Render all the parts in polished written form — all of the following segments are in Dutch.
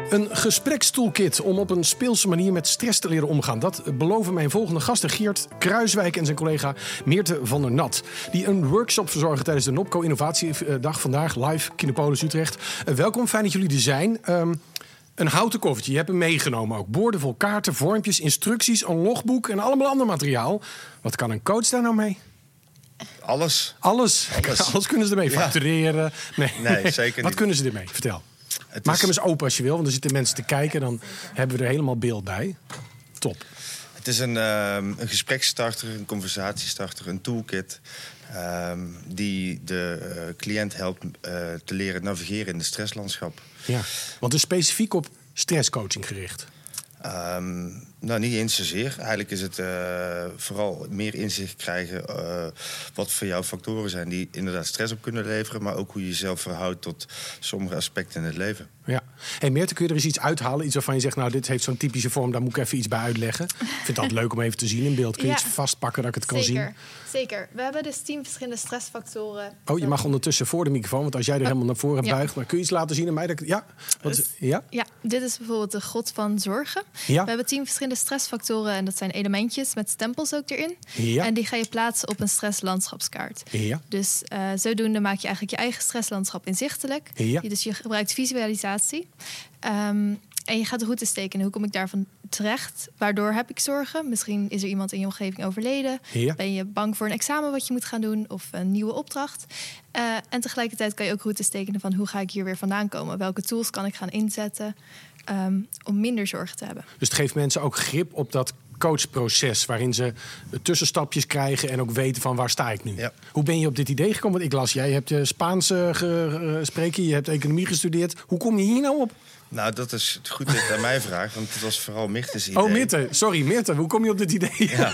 Een gesprekstoolkit om op een speelse manier met stress te leren omgaan. Dat beloven mijn volgende gasten Geert Kruiswijk en zijn collega Meerte van der Nat. Die een workshop verzorgen tijdens de Nopco Innovatiedag vandaag live Kinopolis Utrecht. Welkom, fijn dat jullie er zijn. Een houten koffertje, je hebt hem meegenomen ook. Borden vol kaarten, vormpjes, instructies, een logboek en allemaal ander materiaal. Wat kan een coach daar nou mee? Alles. Alles kunnen ze ermee factureren. Nee, zeker niet. Wat kunnen ze ermee? Vertel. Maak hem eens open als je wil, want er zitten mensen te kijken. Dan hebben we er helemaal beeld bij. Top. Het is een gespreksstarter, een conversatiestarter, een toolkit. Die de cliënt helpt te leren navigeren in het stresslandschap. Ja, want het is specifiek op stresscoaching gericht. Nou, niet eens zozeer. Eigenlijk is het vooral meer inzicht krijgen wat voor jou factoren zijn die inderdaad stress op kunnen leveren, maar ook hoe je jezelf verhoudt tot sommige aspecten in het leven. Ja. Hey Meerte, kun je er eens iets uithalen? Iets waarvan je zegt, nou, dit heeft zo'n typische vorm, daar moet ik even iets bij uitleggen. Ik vind het altijd leuk om even te zien in beeld. Kun je iets vastpakken dat ik het kan zien? Zeker. We hebben dus 10 verschillende stressfactoren. Oh, je mag ondertussen voor de microfoon, want als jij er helemaal naar voren buigt, maar kun je iets laten zien aan mij? Ja, dit is bijvoorbeeld de grot van zorgen. Ja. We hebben 10 verschillende stressfactoren en dat zijn elementjes met stempels ook erin. Ja. En die ga je plaatsen op een stresslandschapskaart. Ja. Dus zodoende maak je eigenlijk je eigen stresslandschap inzichtelijk. Ja. Dus je gebruikt visualisatie. En je gaat routes tekenen. Hoe kom ik daarvan terecht? Waardoor heb ik zorgen? Misschien is er iemand in je omgeving overleden. Ja. Ben je bang voor een examen wat je moet gaan doen? Of een nieuwe opdracht? En tegelijkertijd kan je ook routes tekenen van hoe ga ik hier weer vandaan komen? Welke tools kan ik gaan inzetten om minder zorgen te hebben? Dus het geeft mensen ook grip op dat coachproces, waarin ze tussenstapjes krijgen en ook weten van waar sta ik nu. Ja. Hoe ben je op dit idee gekomen? Want ik las, jij hebt Spaans gesproken, je hebt economie gestudeerd. Hoe kom je hier nou op? Nou, dat is goed dat je aan mij vraagt, want het was vooral Mirte's idee. Oh, Mirte, hoe kom je op dit idee? Ja.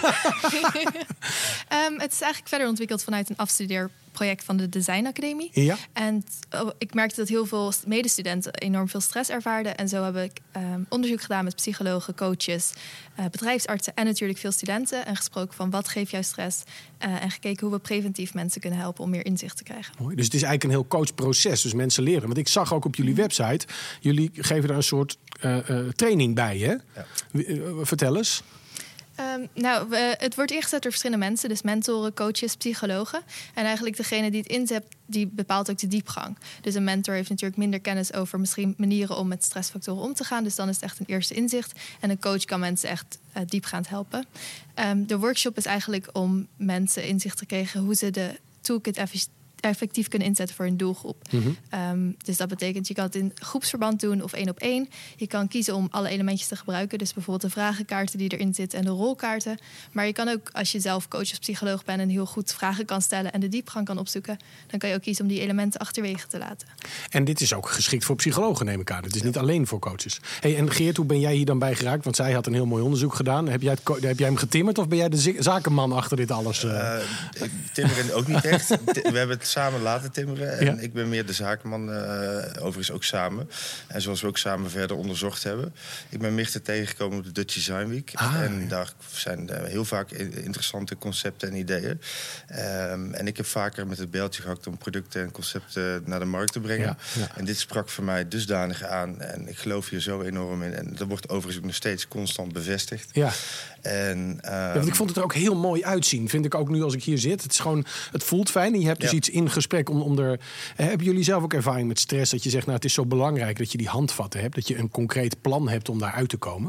Het is eigenlijk verder ontwikkeld vanuit een afstudeerproject van de Design Academie. Ja. En ik merkte dat heel veel medestudenten enorm veel stress ervaarden. En zo heb ik onderzoek gedaan met psychologen, coaches, bedrijfsartsen en natuurlijk veel studenten. En gesproken van wat geeft jou stress? En gekeken hoe we preventief mensen kunnen helpen om meer inzicht te krijgen. Mooi. Dus het is eigenlijk een heel coachproces. Dus mensen leren. Want ik zag ook op jullie website, jullie geven daar een soort training bij, hè? Ja. Vertel eens. Het wordt ingezet door verschillende mensen. Dus mentoren, coaches, psychologen. En eigenlijk degene die het inzet, die bepaalt ook de diepgang. Dus een mentor heeft natuurlijk minder kennis over misschien manieren om met stressfactoren om te gaan. Dus dan is het echt een eerste inzicht. En een coach kan mensen echt diepgaand helpen. De workshop is eigenlijk om mensen inzicht te krijgen hoe ze de toolkit effectief kunnen inzetten voor hun doelgroep. Mm-hmm. Dus dat betekent, je kan het in groepsverband doen of 1 op 1. Je kan kiezen om alle elementjes te gebruiken. Dus bijvoorbeeld de vragenkaarten die erin zitten en de rolkaarten. Maar je kan ook, als je zelf coach of psycholoog bent en heel goed vragen kan stellen en de diepgang kan opzoeken, dan kan je ook kiezen om die elementen achterwege te laten. En dit is ook geschikt voor psychologen, neem ik aan. Het is niet alleen voor coaches. Hey, en Geert, hoe ben jij hier dan bij geraakt? Want zij had een heel mooi onderzoek gedaan. Heb jij hem getimmerd of ben jij de zakenman achter dit alles? Timmeren ook niet echt. We hebben het samen laten timmeren. En ik ben meer de zakenman, overigens ook samen. En zoals we ook samen verder onderzocht hebben. Ik ben Mirte tegengekomen op de Dutch Design Week. En daar zijn heel vaak interessante concepten en ideeën. En ik heb vaker met het beeldje gehakt om producten en concepten naar de markt te brengen. Ja. En dit sprak voor mij dusdanig aan. En ik geloof hier zo enorm in. En dat wordt overigens ook nog steeds constant bevestigd. Ja. En, want ik vond het er ook heel mooi uitzien. Vind ik ook nu als ik hier zit. Het is gewoon, het voelt fijn. En je hebt dus iets in gesprek om er. Hebben jullie zelf ook ervaring met stress? Dat je zegt, nou, het is zo belangrijk dat je die handvatten hebt. Dat je een concreet plan hebt om daar uit te komen.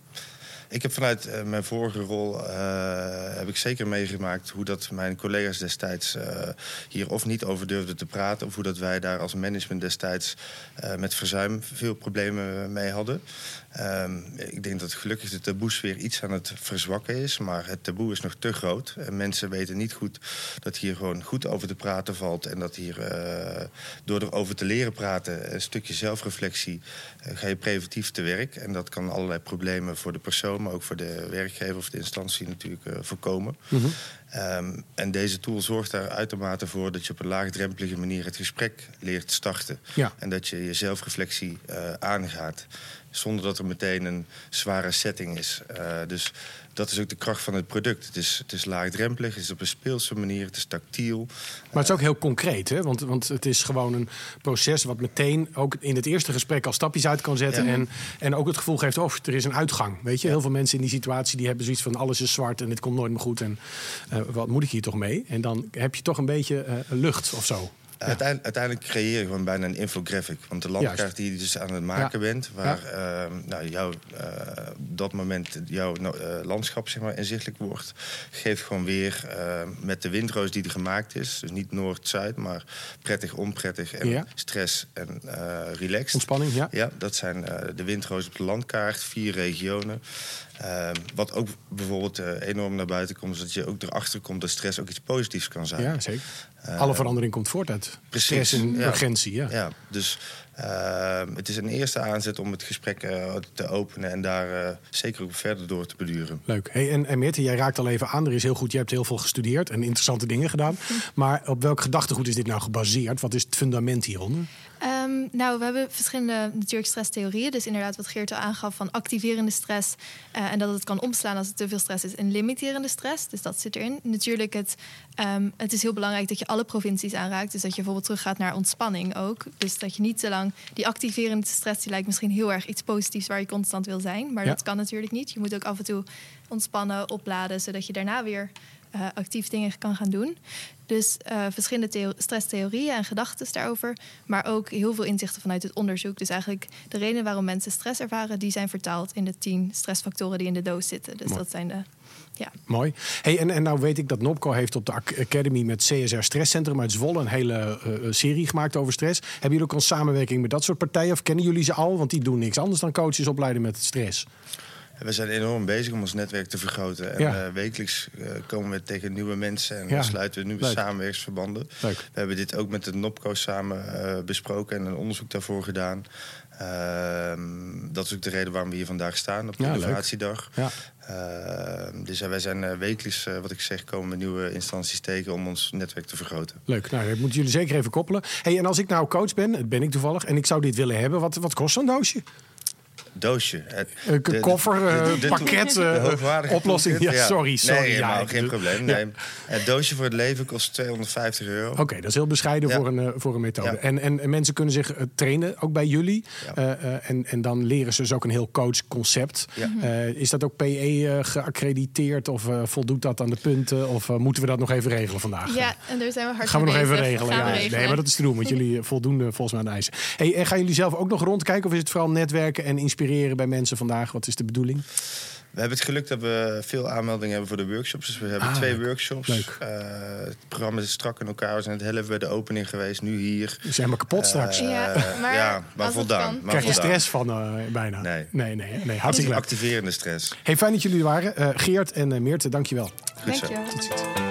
Ik heb vanuit mijn vorige rol heb ik zeker meegemaakt hoe dat mijn collega's destijds hier of niet over durfden te praten, of hoe dat wij daar als management destijds met verzuim veel problemen mee hadden. Ik denk dat gelukkig de taboes weer iets aan het verzwakken is, maar het taboe is nog te groot. En mensen weten niet goed dat hier gewoon goed over te praten valt en dat hier door erover te leren praten, een stukje zelfreflectie, ga je preventief te werk. En dat kan allerlei problemen voor de persoon, maar ook voor de werkgever of de instantie natuurlijk voorkomen. Mm-hmm. En deze tool zorgt daar uitermate voor dat je op een laagdrempelige manier het gesprek leert starten. Ja. En dat je je zelfreflectie aangaat. Zonder dat er meteen een zware setting is. Dus dat is ook de kracht van het product. Het is laagdrempelig, het is op een speelse manier, het is tactiel. Maar het is ook heel concreet, hè? Want het is gewoon een proces wat meteen ook in het eerste gesprek al stapjes uit kan zetten. Ja. En ook het gevoel geeft, er is een uitgang. Weet je, heel veel mensen in die situatie die hebben zoiets van alles is zwart en dit komt nooit meer goed. En wat moet ik hier toch mee? En dan heb je toch een beetje lucht of zo. Ja. Uiteindelijk creëer je gewoon bijna een infographic. Want de landkaart die je dus aan het maken bent... waar dat moment jouw landschap zeg maar, inzichtelijk wordt... geeft gewoon weer met de windroos die er gemaakt is... dus niet Noord-Zuid, maar prettig, onprettig en stress en relaxed. Ontspanning, ja. Ja, dat zijn de windroos op de landkaart, 4 regionen... wat ook bijvoorbeeld enorm naar buiten komt... is dat je ook erachter komt dat stress ook iets positiefs kan zijn. Ja, zeker. Alle verandering komt voort uit stress en urgentie. Ja, dus het is een eerste aanzet om het gesprek te openen... en daar zeker ook verder door te beduren. Leuk. Hey, en Meerte, jij raakt al even aan. Er is heel goed, je hebt heel veel gestudeerd en interessante dingen gedaan. Maar op welk gedachtegoed is dit nou gebaseerd? Wat is het fundament hieronder? We hebben verschillende natuurlijk stresstheorieën. Dus inderdaad wat Geert al aangaf van activerende stress. En dat het kan omslaan als er te veel stress is in limiterende stress. Dus dat zit erin. Natuurlijk, het is heel belangrijk dat je alle provincies aanraakt. Dus dat je bijvoorbeeld teruggaat naar ontspanning ook. Dus dat je niet te lang... Die activerende stress die lijkt misschien heel erg iets positiefs... waar je constant wil zijn. Maar dat kan natuurlijk niet. Je moet ook af en toe ontspannen, opladen... zodat je daarna weer actief dingen kan gaan doen. Dus verschillende stresstheorieën en gedachten daarover. Maar ook heel veel inzichten vanuit het onderzoek. Dus eigenlijk de reden waarom mensen stress ervaren... die zijn vertaald in de 10 stressfactoren die in de doos zitten. Dus dat zijn de... Ja. Mooi. Hey, en nou weet ik dat Nopco heeft op de Academy met CSR Stresscentrum uit Zwolle... een hele serie gemaakt over stress. Hebben jullie ook al samenwerking met dat soort partijen? Of kennen jullie ze al? Want die doen niks anders dan coaches opleiden met stress. We zijn enorm bezig om ons netwerk te vergroten. En wekelijks komen we tegen nieuwe mensen en sluiten we nieuwe samenwerkingsverbanden. Leuk. We hebben dit ook met de Nopco samen besproken en een onderzoek daarvoor gedaan. Dat is ook de reden waarom we hier vandaag staan op de innovatiedag. Ja. Dus wij zijn wekelijks, wat ik zeg, komen nieuwe instanties tegen om ons netwerk te vergroten. Leuk, nou, dat moeten jullie zeker even koppelen. Hey, en als ik nou coach ben, dat ben ik toevallig, en ik zou dit willen hebben, wat kost zo'n doosje? Doosje. Koffer, pakket, oplossing. Ja, sorry. Nee, geen probleem. Nee. Het doosje voor het leven kost €250. Oké, dat is heel bescheiden voor een methode. Ja. En mensen kunnen zich trainen, ook bij jullie. Ja. En dan leren ze dus ook een heel coachconcept. Ja. Is dat ook PE geaccrediteerd? Of voldoet dat aan de punten? Of moeten we dat nog even regelen vandaag? Ja, en daar zijn we hard gaan we nog bezig. Even regelen. Nee, maar dat is te doen, want jullie voldoen volgens mij aan de eisen. Hey, en gaan jullie zelf ook nog rondkijken? Of is het vooral netwerken en inspireren bij mensen vandaag? Wat is de bedoeling? We hebben het geluk dat we veel aanmeldingen hebben voor de workshops. Dus we hebben 2 workshops. Leuk. Het programma is strak in elkaar. We zijn het helft bij de opening geweest, nu hier. We zijn maar kapot straks. Maar voldaan. Krijg je stress van bijna? Nee. Hartstikke leuk. Activerende stress. Hey, fijn dat jullie er waren. Geert en Meerte, dankjewel. Dankjewel. Tot ziens.